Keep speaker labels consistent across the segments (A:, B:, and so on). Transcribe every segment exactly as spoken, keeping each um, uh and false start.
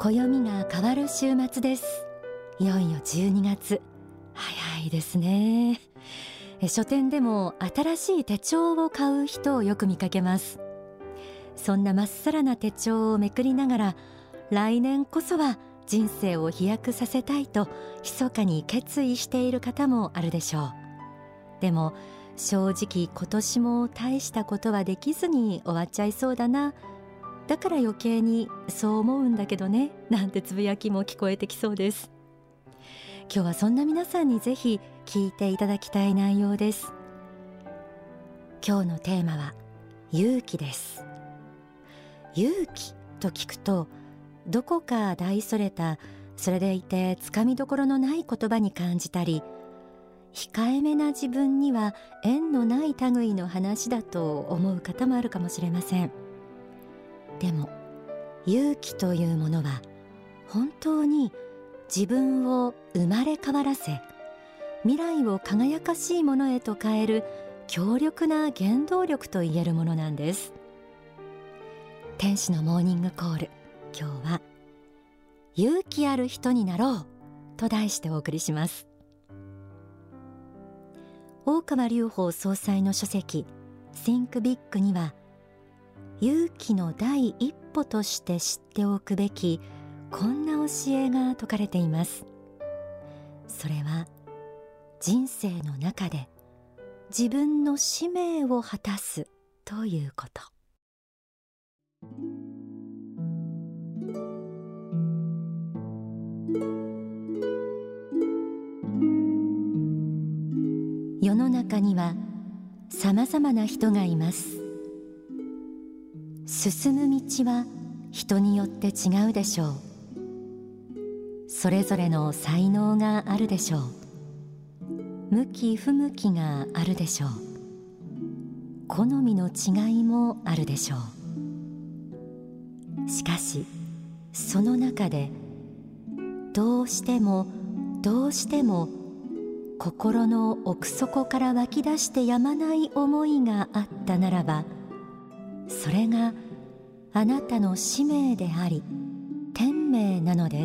A: 暦が変わる週末です。いよいよじゅうにがつ、早いですね。書店でも新しい手帳を買う人をよく見かけます。そんなまっさらな手帳をめくりながら、来年こそは人生を飛躍させたいと密かに決意している方もあるでしょう。でも正直今年も大したことはできずに終わっちゃいそうだな、だから余計にそう思うんだけどね、なんてつぶやきも聞こえてきそうです。今日はそんな皆さんにぜひ聞いていただきたい内容です。今日のテーマは勇気です。勇気と聞くと、どこか大それた、それでいてつかみどころのない言葉に感じたり、控えめな自分には縁のない類の話だと思う方もあるかもしれません。でも勇気というものは本当に自分を生まれ変わらせ、未来を輝かしいものへと変える強力な原動力といえるものなんです。天使のモーニングコール、今日は勇気ある人になろうと題してお送りします。大川隆法総裁の書籍 Think Big には、勇気の第一歩として知っておくべきこんな教えが説かれています。それは人生の中で自分の使命を果たすということ。世の中にはさまざまな人がいます。進む道は人によって違うでしょう。それぞれの才能があるでしょう。向き不向きがあるでしょう。好みの違いもあるでしょう。しかしその中でどうしてもどうしても心の奥底から湧き出してやまない思いがあったならば、それがあなたの使命であり天命なのです。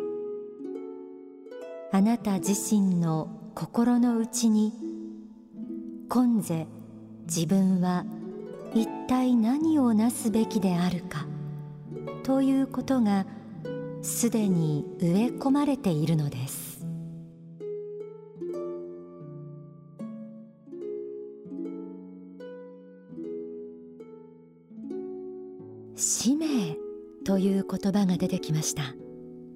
A: あなた自身の心の内に、今世自分は一体何をなすべきであるかということがすでに植え込まれているのです。使命という言葉が出てきました。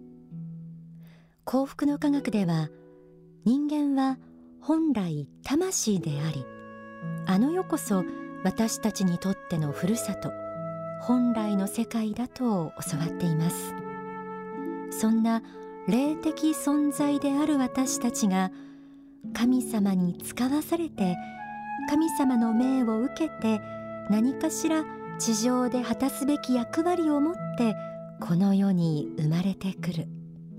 A: 幸福の科学では、人間は本来魂であり、あの世こそ私たちにとってのふるさと、本来の世界だと教わっています。そんな霊的存在である私たちが、神様に使わされて、神様の命を受けて、何かしら地上で果たすべき役割を持ってこの世に生まれてくる。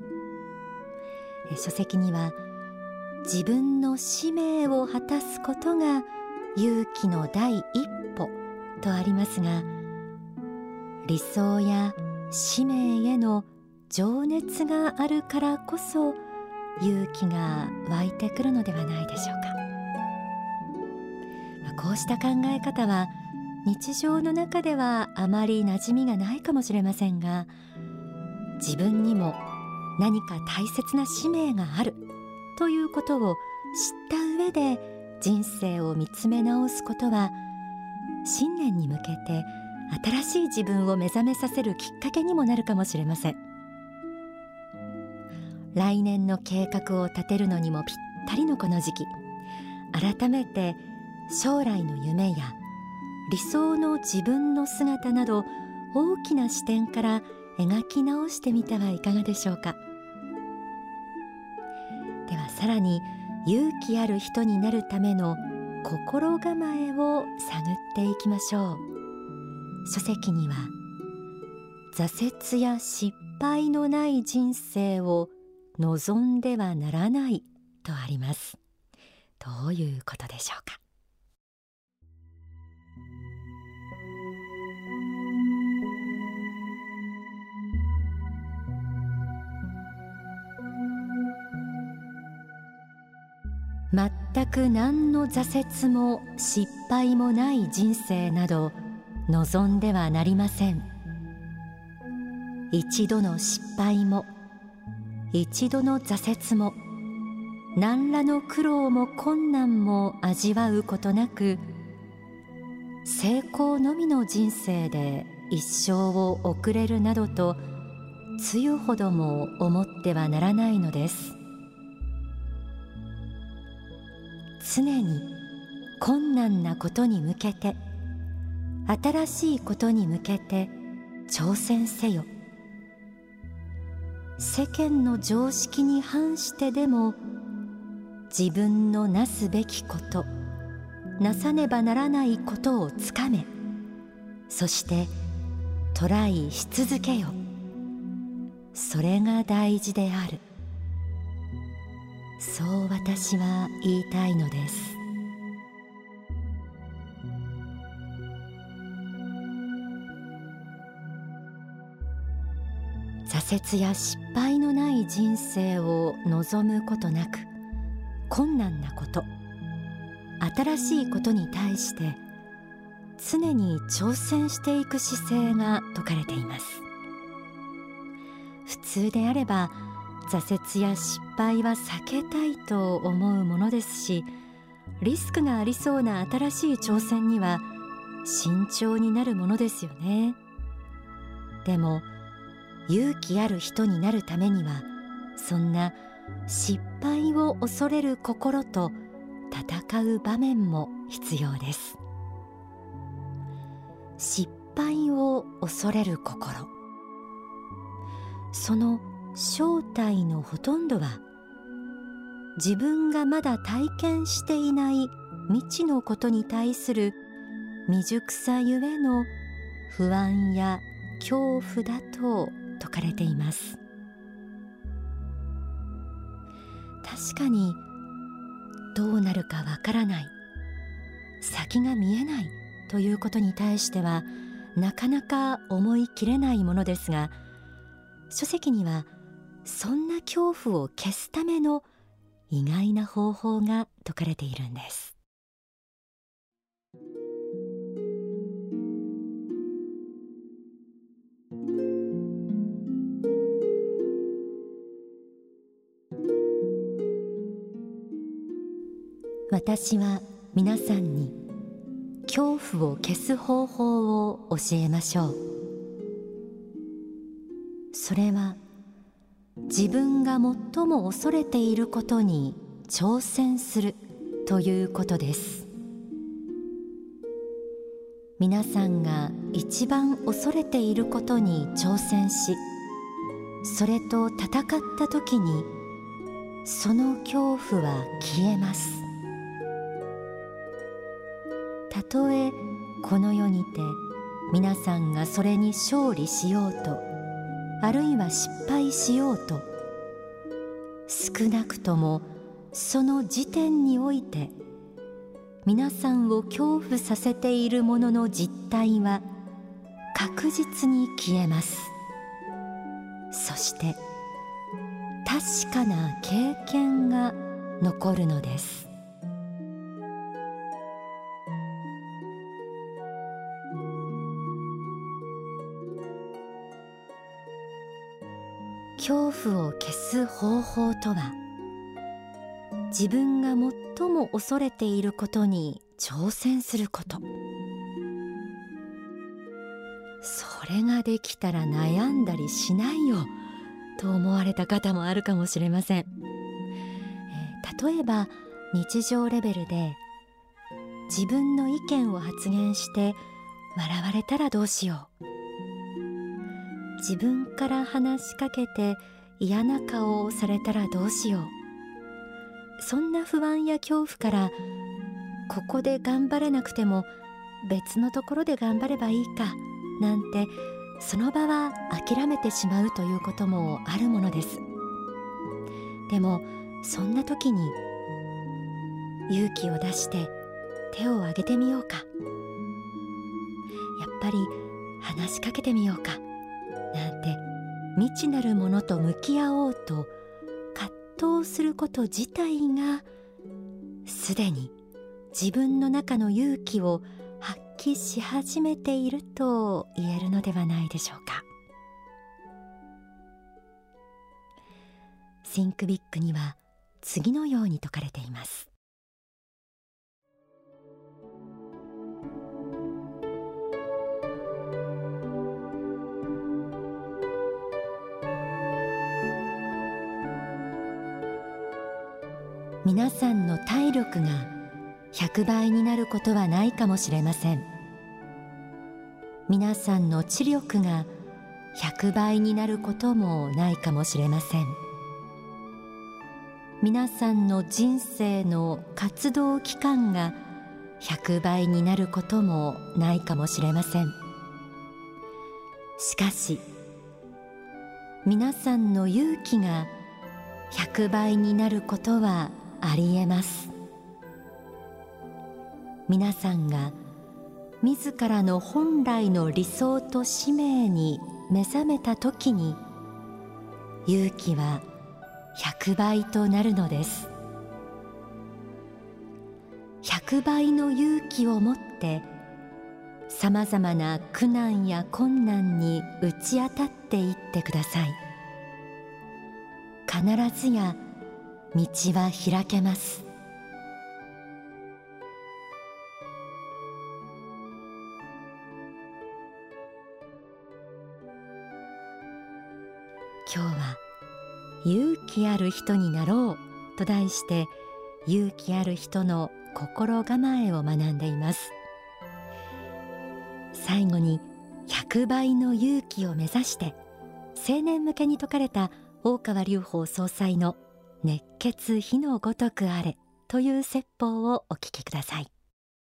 A: 書籍には、自分の使命を果たすことが勇気の第一歩とありますが、理想や使命への情熱があるからこそ勇気が湧いてくるのではないでしょうか。こうした考え方は日常の中ではあまり馴染みがないかもしれませんが、自分にも何か大切な使命があるということを知った上で人生を見つめ直すことは、新年に向けて新しい自分を目覚めさせるきっかけにもなるかもしれません。来年の計画を立てるのにもぴったりのこの時期、改めて将来の夢や理想の自分の姿など、大きな視点から描き直してみてはいかがでしょうか。ではさらに勇気ある人になるための心構えを探っていきましょう。書籍には、挫折や失敗のない人生を望んではならないとあります。どういうことでしょうか。 全く何の挫折も失敗もない人生など望んではなりません。一度の失敗も一度の挫折も何らの苦労も困難も味わうことなく、成功のみの人生で一生を送れるなどとつゆほども思ってはならないのです。常に困難なことに向けて、新しいことに向けて挑戦せよ。世間の常識に反してでも自分のなすべきこと、なさねばならないことをつかめ、そしてトライし続けよ。それが大事である。そう私は言いたいのです。挫折や失敗のない人生を望むことなく、困難なこと、新しいことに対して常に挑戦していく姿勢が説かれています。普通であれば挫折や失敗は避けたいと思うものですし、リスクがありそうな新しい挑戦には慎重になるものですよね。でも勇気ある人になるためには、そんな失敗を恐れる心と戦う場面も必要です。失敗を恐れる心、その正体のほとんどは、自分がまだ体験していない未知のことに対する未熟さゆえの不安や恐怖だと説かれています。確かにどうなるかわからない、先が見えないということに対してはなかなか思い切れないものですが、書籍にはそんな恐怖を消すための意外な方法が説かれているんです。私は皆さんに恐怖を消す方法を教えましょう。それは自分が最も恐れていることに挑戦するということです。皆さんが一番恐れていることに挑戦し、それと戦ったときにその恐怖は消えます。たとえこの世にて皆さんがそれに勝利しようと、あるいは失敗しようと、少なくともその時点において皆さんを恐怖させているものの実態は確実に消えます。そして確かな経験が残るのです。恐怖を消す方法とは、自分が最も恐れていることに挑戦すること。それができたら悩んだりしないよと思われた方もあるかもしれません。えー、例えば日常レベルで自分の意見を発言して笑われたらどうしよう、自分から話しかけて嫌な顔をされたらどうしよう、そんな不安や恐怖からここで頑張れなくても別のところで頑張ればいいかなんて、その場は諦めてしまうということもあるものです。でもそんな時に勇気を出して手を挙げてみようか、やっぱり話しかけてみようかなんて、未知なるものと向き合おうと葛藤すること自体がすでに自分の中の勇気を発揮し始めていると言えるのではないでしょうか。Think Big には次のように説かれています。皆さんの体力がひゃくばいになることはないかもしれません。皆さんの知力がひゃくばいになることもないかもしれません。皆さんの人生の活動期間がひゃくばいになることもないかもしれません。しかし、皆さんの勇気がひゃくばいになることはありえます。皆さんが自らの本来の理想と使命に目覚めたときに、勇気はひゃくばいとなるのです。ひゃくばいの勇気を持ってさまざまな苦難や困難に打ち当たっていってください。必ずや道は開けます。今日は勇気ある人になろうと題して、勇気ある人の心構えを学んでいます。最後にひゃくばいの勇気を目指して青年向けに説かれた大川隆法総裁の熱血火のごとくあれという説法をお聞きください。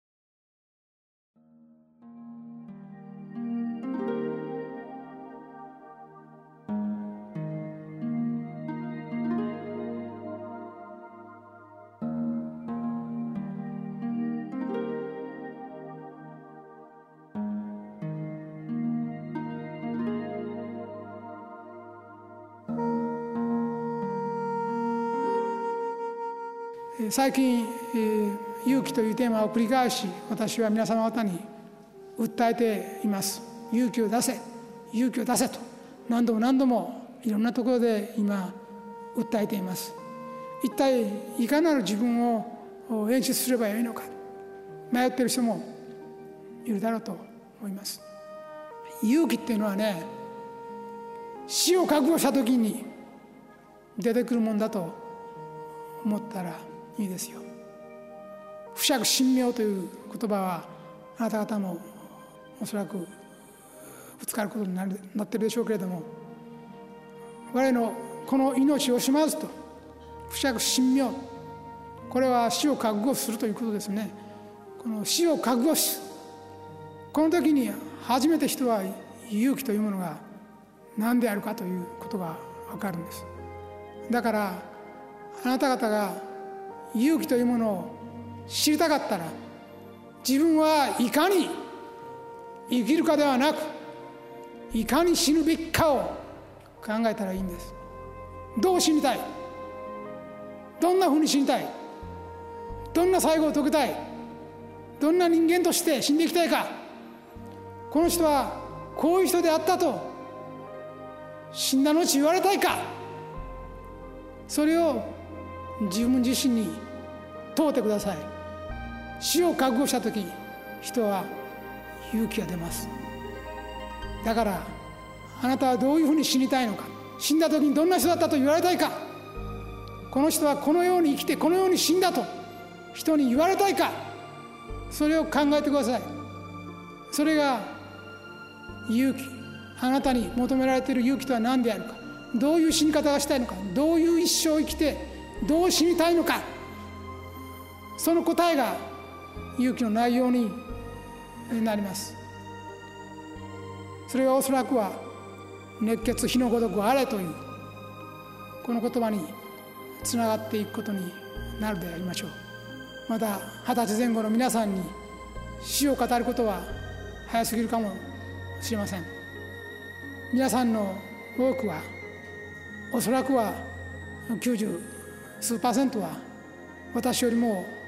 B: 最近、えー、勇気というテーマを繰り返し、私は皆様方に訴えています。勇気を出せ、勇気を出せと何度も何度もいろんなところで今訴えています。一体いかなる自分を演出すればよいのか迷っている人もいるだろうと思います。勇気っていうのはね、死を覚悟した時に出てくるもんだと思ったらいいですよ。不釈神妙という言葉はあなた方もおそらくぶつかることになるなっているでしょうけれども、我のこの命を惜しまずと不釈神妙、これは死を覚悟するということですね。この死を覚悟し、この時に初めて人は勇気というものが何であるかということが分かるんです。だからあなた方が勇気というものを知りたかったら、自分はいかに生きるかではなく、いかに死ぬべきかを考えたらいいんです。どう死にたい、どんなふうに死にたい、どんな最後を遂げたい、どんな人間として死んでいきたいか、この人はこういう人であったと死んだ後言われたいか、それを自分自身に問うてください。死を覚悟したとき、人は勇気が出ます。だからあなたはどういうふうに死にたいのか、死んだときにどんな人だったと言われたいか、この人はこのように生きてこのように死んだと人に言われたいか、それを考えてください。それが勇気、あなたに求められている勇気とは何であるか、どういう死に方がしたいのか、どういう一生を生きてどう死にたいのか、その答えが勇気の内容になります。それはおそらくは熱血火のごとくあれというこの言葉につながっていくことになるでありましょう。また二十歳前後の皆さんに死を語ることは早すぎるかもしれません。皆さんの多くは、おそらくはきゅうじゅうすうパーセントは私よりも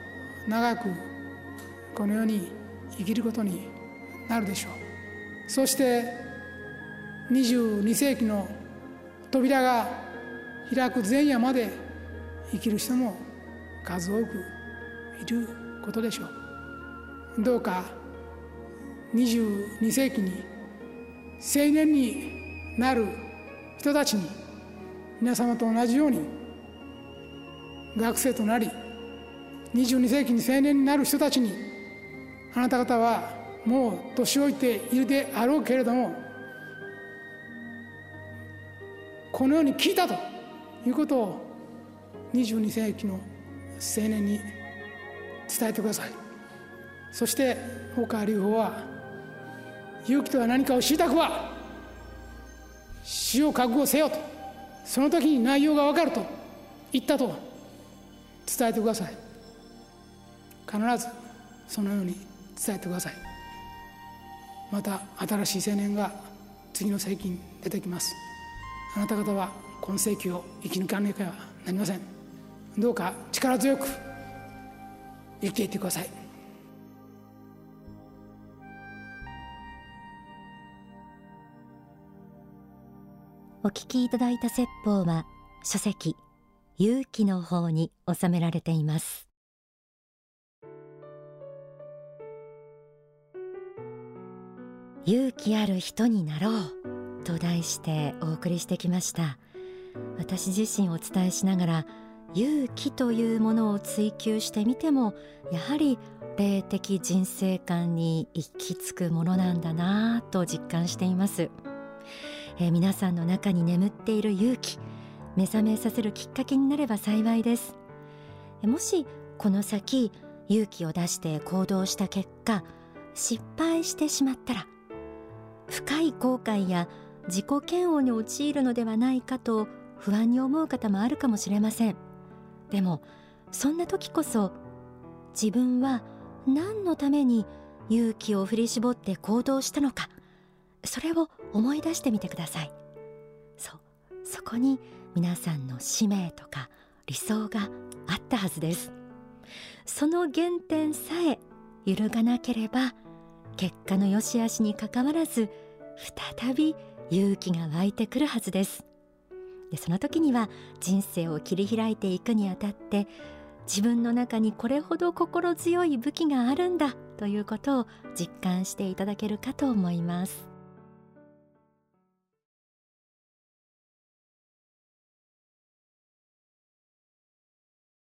B: 長くこの世に生きることになるでしょう。そしてにじゅうにせいきの扉が開く前夜まで生きる人も数多くいることでしょう。どうかにじゅうにせいきに青年になる人たちに、皆様と同じように学生となり、にじゅうにせいきに青年になる人たちに、あなた方はもう年老いているであろうけれども、このように聞いたということをにじゅうにせいきの青年に伝えてください。そして大川隆法は、勇気とは何かを知りたくば死を覚悟せよと、その時に内容が分かると言ったと伝えてください。必ずそのように伝えてください。また新しい青年が次の世紀に出てきます。あなた方は今世紀を生き抜かなければなりません。どうか力強く生きていってください。
A: お聞きいただいた説法は書籍勇気の方に収められています。勇気ある人になろうと題してお送りしてきました。私自身お伝えしながら、勇気というものを追求してみても、やはり霊的人生観に行き着くものなんだなぁと実感しています。えー、皆さんの中に眠っている勇気、目覚めさせるきっかけになれば幸いです。えー、もしこの先勇気を出して行動した結果失敗してしまったら、深い後悔や自己嫌悪に陥るのではないかと不安に思う方もあるかもしれません。でもそんな時こそ、自分は何のために勇気を振り絞って行動したのか、それを思い出してみてください。そう、そこに皆さんの使命とか理想があったはずです。その原点さえ揺るがなければ、結果の良し悪しにかかわらず再び勇気が湧いてくるはずです。で、その時には人生を切り開いていくにあたって、自分の中にこれほど心強い武器があるんだということを実感していただけるかと思います。